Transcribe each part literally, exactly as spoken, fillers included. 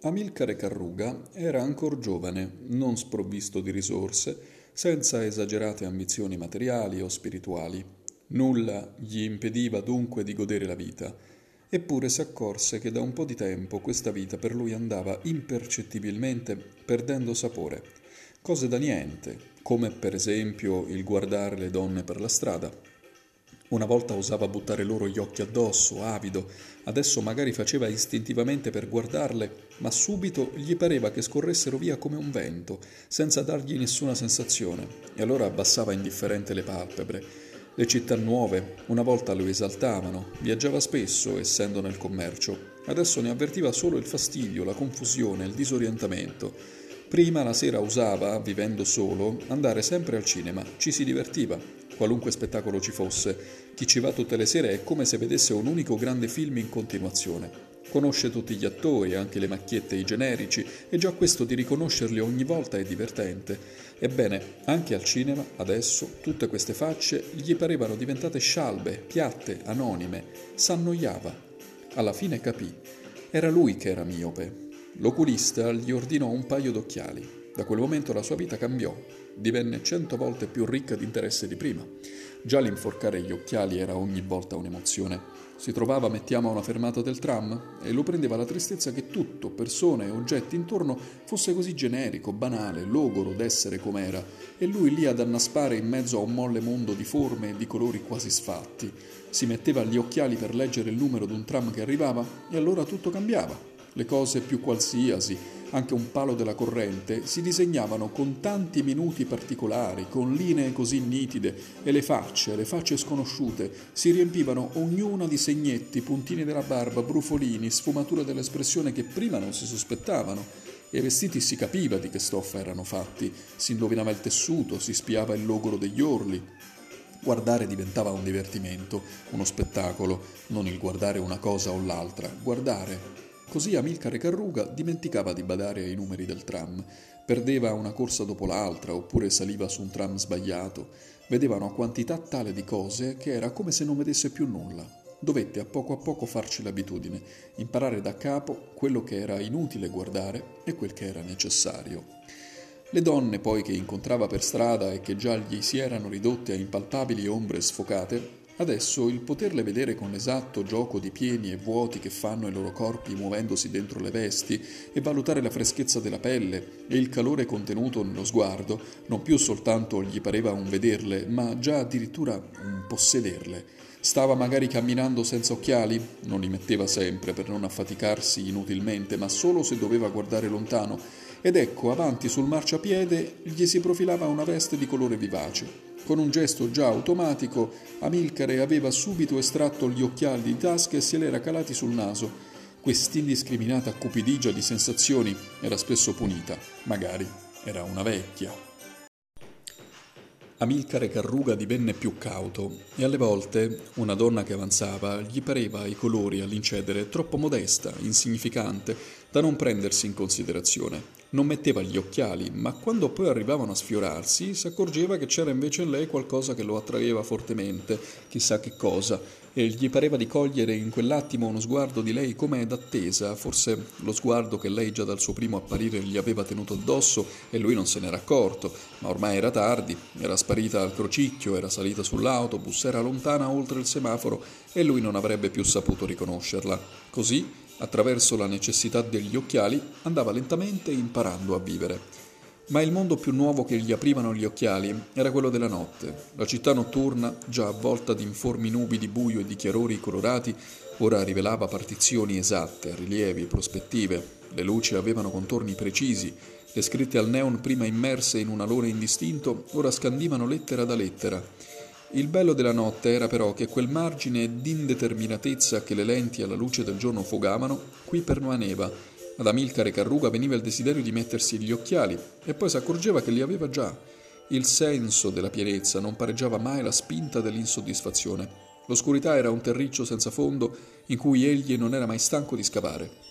Amilcare Carruga era ancor giovane, non sprovvisto di risorse, senza esagerate ambizioni materiali o spirituali. Nulla gli impediva dunque di godere la vita, eppure si accorse che da un po' di tempo questa vita per lui andava impercettibilmente perdendo sapore. Cose da niente, come per esempio il guardare le donne per la strada. Una volta osava buttare loro gli occhi addosso, avido, adesso magari faceva istintivamente per guardarle, ma subito gli pareva che scorressero via come un vento, senza dargli nessuna sensazione, e allora abbassava indifferente le palpebre. Le città nuove, una volta lo esaltavano, viaggiava spesso, essendo nel commercio. Adesso ne avvertiva solo il fastidio, la confusione, il disorientamento. Prima la sera usava, vivendo solo, andare sempre al cinema, ci si divertiva. Qualunque spettacolo ci fosse, chi ci va tutte le sere è come se vedesse un unico grande film in continuazione. Conosce tutti gli attori, anche le macchiette e i generici, e già questo di riconoscerli ogni volta è divertente. Ebbene, anche al cinema, adesso, tutte queste facce gli parevano diventate scialbe, piatte, anonime. S'annoiava. Alla fine capì. Era lui che era miope. L'oculista gli ordinò un paio d'occhiali. Da quel momento la sua vita cambiò. Divenne cento volte più ricca di interesse di prima. Già l'inforcare gli occhiali era ogni volta un'emozione. Si trovava, mettiamo, a una fermata del tram e lo prendeva la tristezza che tutto, persone e oggetti intorno, fosse così generico, banale, logoro d'essere com'era, e lui lì ad annaspare in mezzo a un molle mondo di forme e di colori quasi sfatti. Si metteva gli occhiali per leggere il numero d'un tram che arrivava e allora tutto cambiava. Le cose più qualsiasi, anche un palo della corrente, si disegnavano con tanti minuti particolari, con linee così nitide, e le facce, le facce sconosciute, si riempivano ognuna di segnetti, puntini della barba, brufolini, sfumature dell'espressione che prima non si sospettavano. E i vestiti si capiva di che stoffa erano fatti, si indovinava il tessuto, si spiava il logoro degli orli. Guardare diventava un divertimento, uno spettacolo, non il guardare una cosa o l'altra, guardare. Così Amilcare Carruga dimenticava di badare ai numeri del tram, perdeva una corsa dopo l'altra oppure saliva su un tram sbagliato, vedeva una quantità tale di cose che era come se non vedesse più nulla. Dovette a poco a poco farci l'abitudine, imparare da capo quello che era inutile guardare e quel che era necessario. Le donne poi che incontrava per strada e che già gli si erano ridotte a impalpabili ombre sfocate, adesso il poterle vedere con l'esatto gioco di pieni e vuoti che fanno i loro corpi muovendosi dentro le vesti e valutare la freschezza della pelle e il calore contenuto nello sguardo, non più soltanto gli pareva un vederle, ma già addirittura un possederle. Stava magari camminando senza occhiali? Non li metteva sempre per non affaticarsi inutilmente, ma solo se doveva guardare lontano. Ed ecco, avanti sul marciapiede gli si profilava una veste di colore vivace. Con un gesto già automatico, Amilcare aveva subito estratto gli occhiali di tasca e se li era calati sul naso. Quest'indiscriminata cupidigia di sensazioni era spesso punita. Magari era una vecchia. Amilcare Carruga divenne più cauto e alle volte una donna che avanzava gli pareva ai colori all'incedere troppo modesta, insignificante, da non prendersi in considerazione. Non metteva gli occhiali, ma quando poi arrivavano a sfiorarsi si accorgeva che c'era invece in lei qualcosa che lo attraeva fortemente, chissà che cosa, e gli pareva di cogliere in quell'attimo uno sguardo di lei come d'attesa, forse lo sguardo che lei già dal suo primo apparire gli aveva tenuto addosso e lui non se n'era accorto, ma ormai era tardi, era sparita al crocicchio, era salita sull'autobus, era lontana oltre il semaforo e lui non avrebbe più saputo riconoscerla. Così, attraverso la necessità degli occhiali, andava lentamente imparando a vivere. Ma il mondo più nuovo che gli aprivano gli occhiali era quello della notte. La città notturna, già avvolta di informi nubi di buio e di chiarori colorati, ora rivelava partizioni esatte, rilievi, prospettive. Le luci avevano contorni precisi. Le scritte al neon prima immerse in un alone indistinto, ora scandivano lettera da lettera. Il bello della notte era però che quel margine d'indeterminatezza che le lenti alla luce del giorno fogavano, qui permaneva. Ad Amilcare Carruga veniva il desiderio di mettersi gli occhiali e poi si accorgeva che li aveva già. Il senso della pienezza non pareggiava mai la spinta dell'insoddisfazione. L'oscurità era un terriccio senza fondo in cui egli non era mai stanco di scavare.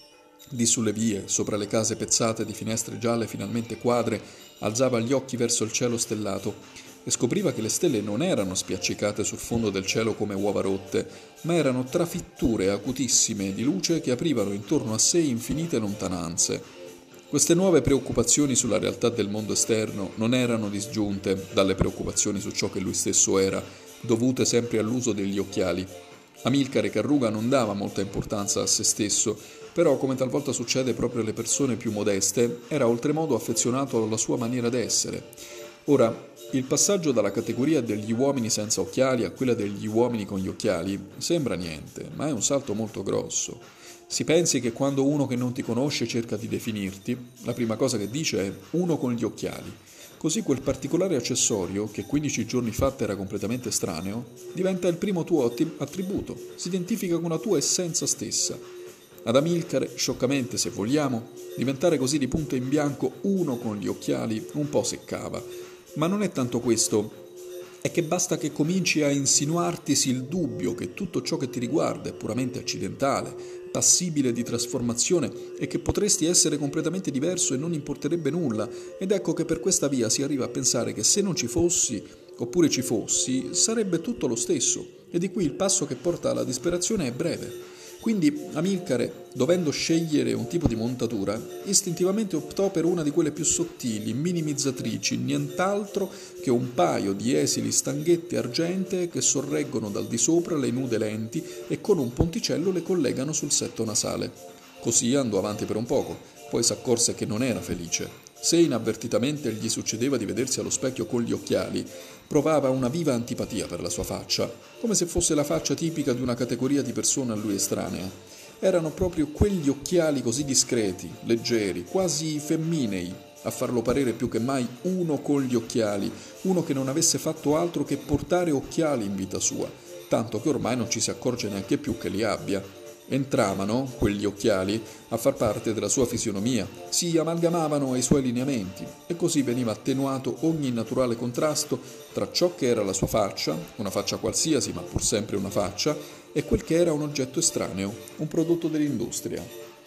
Di sulle vie, sopra le case pezzate di finestre gialle finalmente quadre, alzava gli occhi verso il cielo stellato e scopriva che le stelle non erano spiaccicate sul fondo del cielo come uova rotte, ma erano trafitture acutissime di luce che aprivano intorno a sé infinite lontananze. Queste nuove preoccupazioni sulla realtà del mondo esterno non erano disgiunte dalle preoccupazioni su ciò che lui stesso era, dovute sempre all'uso degli occhiali. Amilcare Carruga non dava molta importanza a se stesso, però, come talvolta succede proprio alle persone più modeste, era oltremodo affezionato alla sua maniera d'essere. Ora, il passaggio dalla categoria degli uomini senza occhiali a quella degli uomini con gli occhiali sembra niente, ma è un salto molto grosso. Si pensi che quando uno che non ti conosce cerca di definirti, la prima cosa che dice è uno con gli occhiali. Così quel particolare accessorio, che quindici giorni fa era completamente estraneo, diventa il primo tuo attributo, si identifica con la tua essenza stessa. Ad Amilcare, scioccamente se vogliamo, diventare così di punto in bianco uno con gli occhiali un po' seccava. Ma non è tanto questo, è che basta che cominci a insinuartisi il dubbio che tutto ciò che ti riguarda è puramente accidentale, passibile di trasformazione e che potresti essere completamente diverso e non importerebbe nulla, ed ecco che per questa via si arriva a pensare che se non ci fossi, oppure ci fossi, sarebbe tutto lo stesso, e di qui il passo che porta alla disperazione è breve. Quindi Amilcare, dovendo scegliere un tipo di montatura, istintivamente optò per una di quelle più sottili, minimizzatrici, nient'altro che un paio di esili stanghetti argentee che sorreggono dal di sopra le nude lenti e con un ponticello le collegano sul setto nasale. Così andò avanti per un poco, poi s'accorse che non era felice. Se inavvertitamente gli succedeva di vedersi allo specchio con gli occhiali, provava una viva antipatia per la sua faccia, come se fosse la faccia tipica di una categoria di persone a lui estranea. Erano proprio quegli occhiali così discreti, leggeri, quasi femminei, a farlo parere più che mai uno con gli occhiali, uno che non avesse fatto altro che portare occhiali in vita sua, tanto che ormai non ci si accorge neanche più che li abbia. Entravano, quegli occhiali, a far parte della sua fisionomia, si amalgamavano ai suoi lineamenti e così veniva attenuato ogni naturale contrasto tra ciò che era la sua faccia, una faccia qualsiasi ma pur sempre una faccia, e quel che era un oggetto estraneo, un prodotto dell'industria.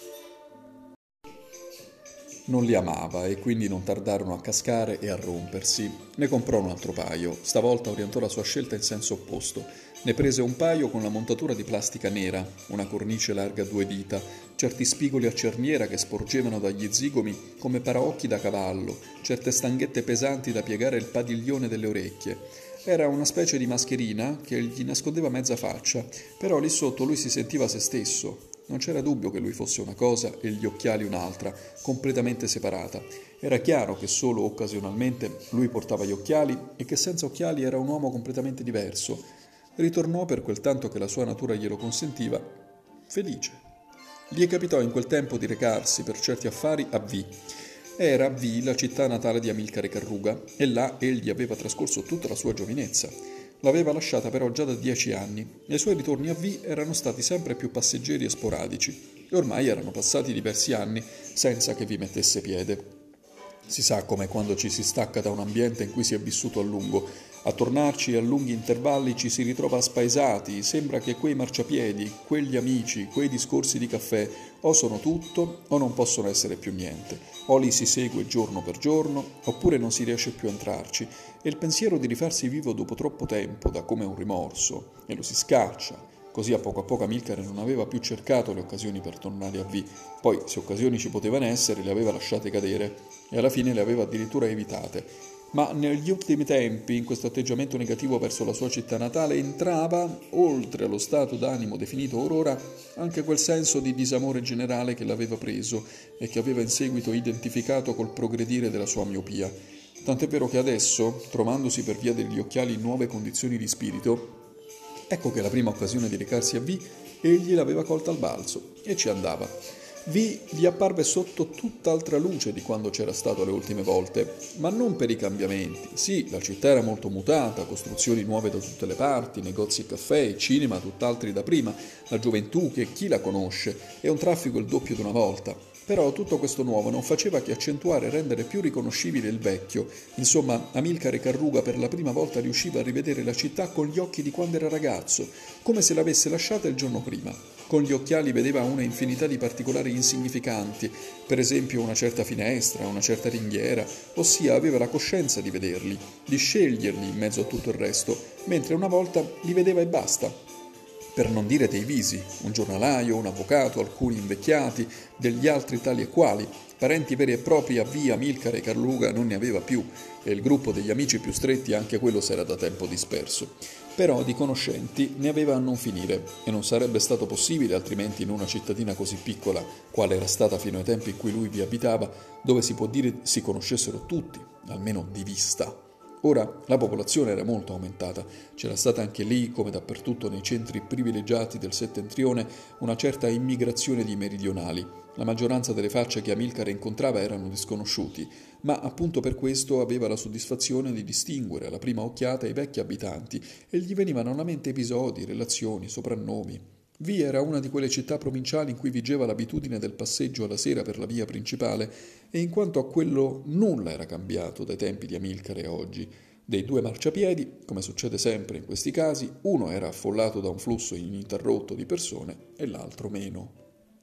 Non li amava e quindi non tardarono a cascare e a rompersi. Ne comprò un altro paio, stavolta orientò la sua scelta in senso opposto. Ne prese un paio con la montatura di plastica nera, una cornice larga due dita, certi spigoli a cerniera che sporgevano dagli zigomi come paraocchi da cavallo, certe stanghette pesanti da piegare il padiglione delle orecchie. Era una specie di mascherina che gli nascondeva mezza faccia, però lì sotto lui si sentiva se stesso. Non c'era dubbio che lui fosse una cosa e gli occhiali un'altra, completamente separata. Era chiaro che solo occasionalmente lui portava gli occhiali e che senza occhiali era un uomo completamente diverso. Ritornò, per quel tanto che la sua natura glielo consentiva, felice. Gli capitò in quel tempo di recarsi per certi affari a V. Era V la città natale di Amilcare Carruga e là egli aveva trascorso tutta la sua giovinezza. L'aveva lasciata però già da dieci anni e i suoi ritorni a V erano stati sempre più passeggeri e sporadici e ormai erano passati diversi anni senza che vi mettesse piede. Si sa come quando ci si stacca da un ambiente in cui si è vissuto a lungo. A tornarci a lunghi intervalli ci si ritrova spaesati, sembra che quei marciapiedi, quegli amici, quei discorsi di caffè o sono tutto o non possono essere più niente, o li si segue giorno per giorno oppure non si riesce più a entrarci e il pensiero di rifarsi vivo dopo troppo tempo dà come un rimorso e lo si scaccia. Così a poco a poco Amilcare non aveva più cercato le occasioni per tornare a V, poi se occasioni ci potevano essere le aveva lasciate cadere e alla fine le aveva addirittura evitate. Ma negli ultimi tempi, in questo atteggiamento negativo verso la sua città natale, entrava, oltre allo stato d'animo definito orora, anche quel senso di disamore generale che l'aveva preso e che aveva in seguito identificato col progredire della sua miopia. Tant'è vero che adesso, trovandosi per via degli occhiali in nuove condizioni di spirito, ecco che la prima occasione di recarsi a V egli l'aveva colta al balzo e ci andava. V gli apparve sotto tutt'altra luce di quando c'era stato le ultime volte, ma non per i cambiamenti. Sì, la città era molto mutata, costruzioni nuove da tutte le parti, negozi e caffè, cinema tutt'altri da prima, la gioventù che chi la conosce, e un traffico il doppio di una volta. Però tutto questo nuovo non faceva che accentuare e rendere più riconoscibile il vecchio. Insomma, Amilcare Carruga per la prima volta riusciva a rivedere la città con gli occhi di quando era ragazzo, come se l'avesse lasciata il giorno prima. Con gli occhiali vedeva una infinità di particolari insignificanti, per esempio una certa finestra, una certa ringhiera, ossia aveva la coscienza di vederli, di sceglierli in mezzo a tutto il resto, mentre una volta li vedeva e basta. Per non dire dei visi, un giornalaio, un avvocato, alcuni invecchiati, degli altri tali e quali, parenti veri e propri a via Amilcare Carluga non ne aveva più, e il gruppo degli amici più stretti anche quello s'era da tempo disperso. Però di conoscenti ne aveva a non finire, e non sarebbe stato possibile altrimenti in una cittadina così piccola, quale era stata fino ai tempi in cui lui vi abitava, dove si può dire si conoscessero tutti, almeno di vista. Ora la popolazione era molto aumentata, c'era stata anche lì, come dappertutto nei centri privilegiati del settentrione, una certa immigrazione di meridionali. La maggioranza delle facce che Amilcare incontrava erano disconosciuti, ma appunto per questo aveva la soddisfazione di distinguere alla prima occhiata i vecchi abitanti e gli venivano alla mente episodi, relazioni, soprannomi. Vi era una di quelle città provinciali in cui vigeva l'abitudine del passeggio alla sera per la via principale e in quanto a quello nulla era cambiato dai tempi di Amilcare a oggi. Dei due marciapiedi, come succede sempre in questi casi, uno era affollato da un flusso ininterrotto di persone e l'altro meno.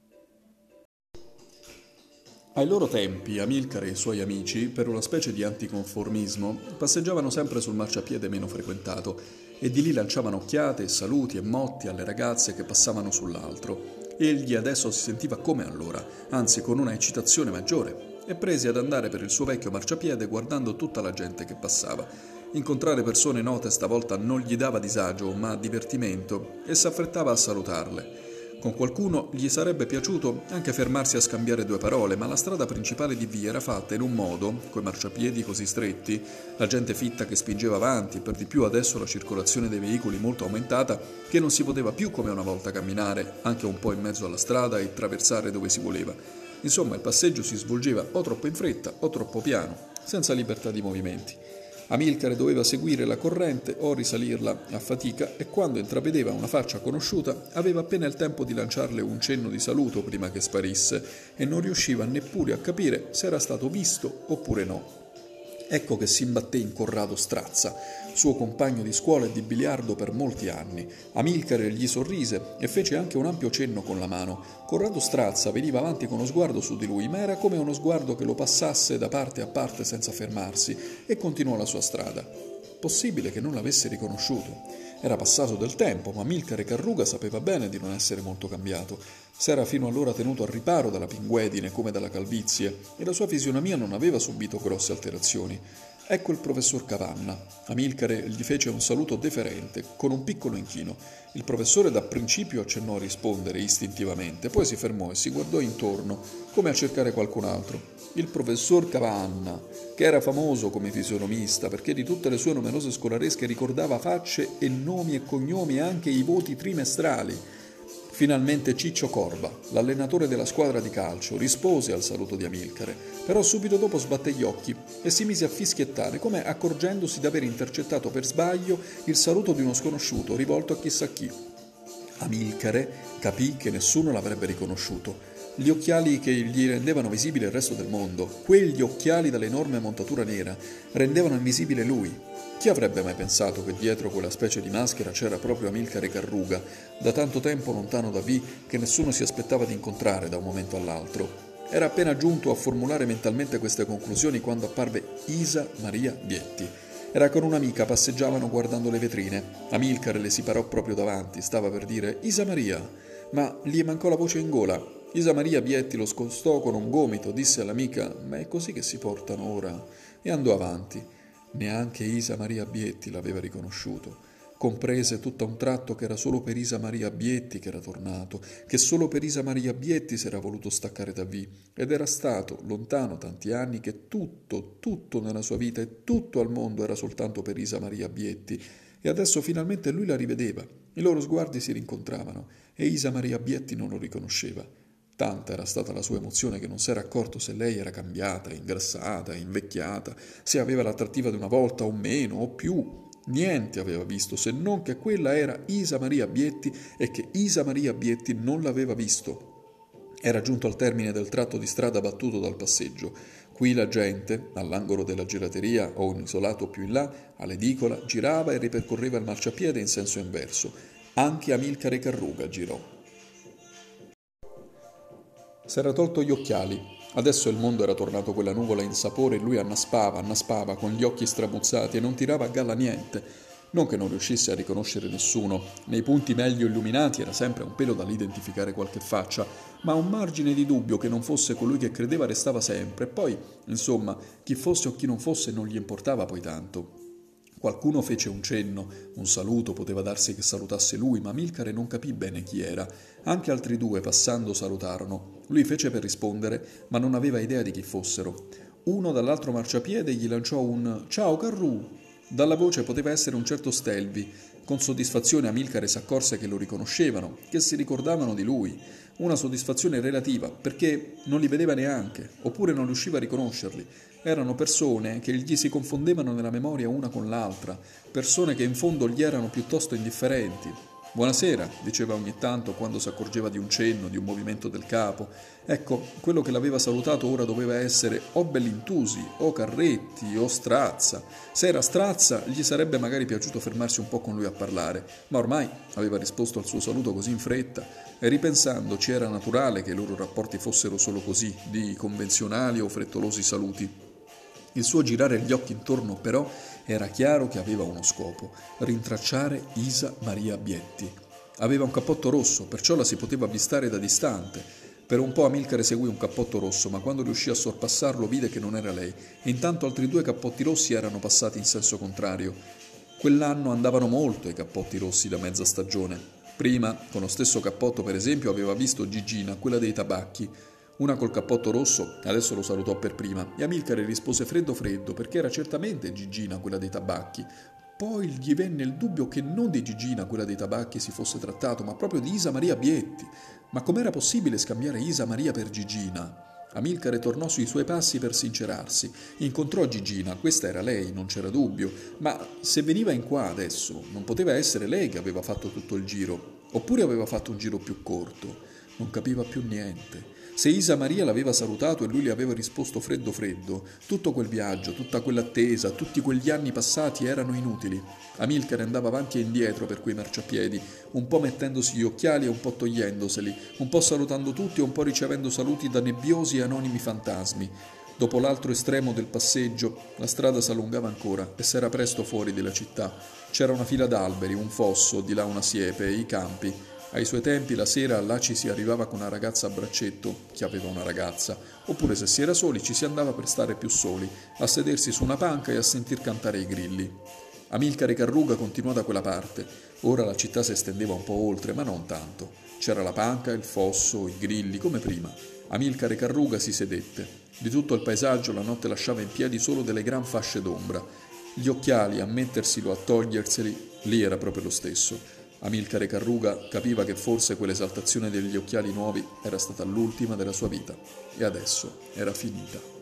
Ai loro tempi, Amilcare e i suoi amici, per una specie di anticonformismo, passeggiavano sempre sul marciapiede meno frequentato e di lì lanciavano occhiate, saluti e motti alle ragazze che passavano sull'altro. Egli adesso si sentiva come allora, anzi con una eccitazione maggiore, e prese ad andare per il suo vecchio marciapiede guardando tutta la gente che passava. Incontrare persone note stavolta non gli dava disagio, ma divertimento, e s'affrettava a salutarle. Con qualcuno gli sarebbe piaciuto anche fermarsi a scambiare due parole, ma la strada principale di via era fatta in un modo, coi marciapiedi così stretti, la gente fitta che spingeva avanti e per di più adesso la circolazione dei veicoli molto aumentata, che non si poteva più come una volta camminare, anche un po' in mezzo alla strada e attraversare dove si voleva. Insomma, il passeggio si svolgeva o troppo in fretta o troppo piano, senza libertà di movimenti. Amilcare doveva seguire la corrente o risalirla a fatica e quando intravedeva una faccia conosciuta aveva appena il tempo di lanciarle un cenno di saluto prima che sparisse e non riusciva neppure a capire se era stato visto oppure no. Ecco che si imbatté in Corrado Strazza, suo compagno di scuola e di biliardo per molti anni. Amilcare gli sorrise e fece anche un ampio cenno con la mano. Corrado Strazza veniva avanti con uno sguardo su di lui, ma era come uno sguardo che lo passasse da parte a parte senza fermarsi, e continuò la sua strada. Possibile che non l'avesse riconosciuto. Era passato del tempo, ma Amilcare Carruga sapeva bene di non essere molto cambiato. S'era fino allora tenuto al riparo dalla pinguedine come dalla calvizie e la sua fisionomia non aveva subito grosse alterazioni. Ecco il professor Cavanna. Amilcare gli fece un saluto deferente, con un piccolo inchino. Il professore da principio accennò a rispondere istintivamente, poi si fermò e si guardò intorno, come a cercare qualcun altro. Il professor Cavanna, che era famoso come fisionomista perché di tutte le sue numerose scolaresche ricordava facce e nomi e cognomi e anche i voti trimestrali. Finalmente Ciccio Corva, l'allenatore della squadra di calcio, rispose al saluto di Amilcare, però subito dopo sbatté gli occhi e si mise a fischiettare, come accorgendosi di aver intercettato per sbaglio il saluto di uno sconosciuto rivolto a chissà chi. Amilcare capì che nessuno l'avrebbe riconosciuto. Gli occhiali che gli rendevano visibile il resto del mondo, quegli occhiali dall'enorme montatura nera, rendevano invisibile lui. Chi avrebbe mai pensato che dietro quella specie di maschera c'era proprio Amilcare Carruga, da tanto tempo lontano da V, che nessuno si aspettava di incontrare da un momento all'altro? Era appena giunto a formulare mentalmente queste conclusioni quando apparve Isa Maria Bietti. Era con un'amica, passeggiavano guardando le vetrine. Amilcare le si parò proprio davanti, stava per dire «Isa Maria», ma gli mancò la voce in gola. Isa Maria Bietti lo scostò con un gomito, disse all'amica «Ma è così che si portano ora?» e andò avanti. Neanche Isa Maria Bietti l'aveva riconosciuto. Comprese tutto a un tratto che era solo per Isa Maria Bietti che era tornato, che solo per Isa Maria Bietti si era voluto staccare da V, ed era stato, lontano tanti anni, che tutto, tutto nella sua vita e tutto al mondo era soltanto per Isa Maria Bietti, e adesso finalmente lui la rivedeva, i loro sguardi si rincontravano, e Isa Maria Bietti non lo riconosceva. Tanta era stata la sua emozione che non si era accorto se lei era cambiata, ingrassata, invecchiata, se aveva l'attrattiva di una volta o meno o più. Niente aveva visto se non che quella era Isa Maria Bietti e che Isa Maria Bietti non l'aveva visto. Era giunto al termine del tratto di strada battuto dal passeggio. Qui la gente, all'angolo della gelateria o un isolato più in là, all'edicola, girava e ripercorreva il marciapiede in senso inverso. Anche Amilcare Carruga girò. S'era tolto gli occhiali. Adesso il mondo era tornato quella nuvola in sapore e lui annaspava, annaspava con gli occhi stramuzzati e non tirava a galla niente. Non che non riuscisse a riconoscere nessuno. Nei punti meglio illuminati era sempre un pelo dall'identificare qualche faccia, ma un margine di dubbio che non fosse colui che credeva restava sempre. E poi, insomma, chi fosse o chi non fosse non gli importava poi tanto. Qualcuno fece un cenno, un saluto, poteva darsi che salutasse lui, ma Amilcare non capì bene chi era. Anche altri due, passando, salutarono. Lui fece per rispondere, ma non aveva idea di chi fossero. Uno dall'altro marciapiede gli lanciò un «Ciao, Carrù!». Dalla voce poteva essere un certo Stelvi. Con soddisfazione Amilcare s'accorse che lo riconoscevano, che si ricordavano di lui. Una soddisfazione relativa, perché non li vedeva neanche, oppure non riusciva a riconoscerli. Erano persone che gli si confondevano nella memoria una con l'altra, persone che in fondo gli erano piuttosto indifferenti. «Buonasera», diceva ogni tanto quando si accorgeva di un cenno, di un movimento del capo. Ecco, quello che l'aveva salutato ora doveva essere o Bellintusi, o Carretti, o Strazza. Se era Strazza, gli sarebbe magari piaciuto fermarsi un po' con lui a parlare, ma ormai aveva risposto al suo saluto così in fretta, e ripensandoci era naturale che i loro rapporti fossero solo così, di convenzionali o frettolosi saluti. Il suo girare gli occhi intorno, però, era chiaro che aveva uno scopo: rintracciare Isa Maria Bietti. Aveva un cappotto rosso, perciò la si poteva avvistare da distante. Per un po' Amilcare seguì un cappotto rosso, ma quando riuscì a sorpassarlo vide che non era lei, e intanto altri due cappotti rossi erano passati in senso contrario. Quell'anno andavano molto i cappotti rossi da mezza stagione. Prima, con lo stesso cappotto per esempio, aveva visto Gigina, quella dei tabacchi. Una col cappotto rosso, adesso lo salutò per prima, e Amilcare rispose freddo freddo, perché era certamente Gigina quella dei tabacchi. Poi gli venne il dubbio che non di Gigina quella dei tabacchi si fosse trattato, ma proprio di Isa Maria Bietti. Ma com'era possibile scambiare Isa Maria per Gigina? Amilcare tornò sui suoi passi per sincerarsi. Incontrò Gigina, questa era lei, non c'era dubbio, ma se veniva in qua adesso, non poteva essere lei che aveva fatto tutto il giro, oppure aveva fatto un giro più corto. Non capiva più niente. Se Isa Maria l'aveva salutato e lui le aveva risposto freddo freddo, tutto quel viaggio, tutta quell'attesa, tutti quegli anni passati erano inutili. Amilcare andava avanti e indietro per quei marciapiedi, un po' mettendosi gli occhiali e un po' togliendoseli, un po' salutando tutti e un po' ricevendo saluti da nebbiosi e anonimi fantasmi. Dopo l'altro estremo del passeggio, la strada s'allungava ancora e s'era presto fuori della città. C'era una fila d'alberi, un fosso, di là una siepe e i campi. Ai suoi tempi la sera là ci si arrivava con una ragazza a braccetto, chi aveva una ragazza, oppure se si era soli ci si andava per stare più soli, a sedersi su una panca e a sentir cantare i grilli. Amilcare Carruga continuò da quella parte. Ora la città si estendeva un po' oltre, ma non tanto. C'era la panca, il fosso, i grilli, come prima. Amilcare Carruga si sedette. Di tutto il paesaggio la notte lasciava in piedi solo delle gran fasce d'ombra. Gli occhiali, a metterseli o a toglierseli, lì era proprio lo stesso. Amilcare Carruga capiva che forse quell'esaltazione degli occhiali nuovi era stata l'ultima della sua vita, e adesso era finita.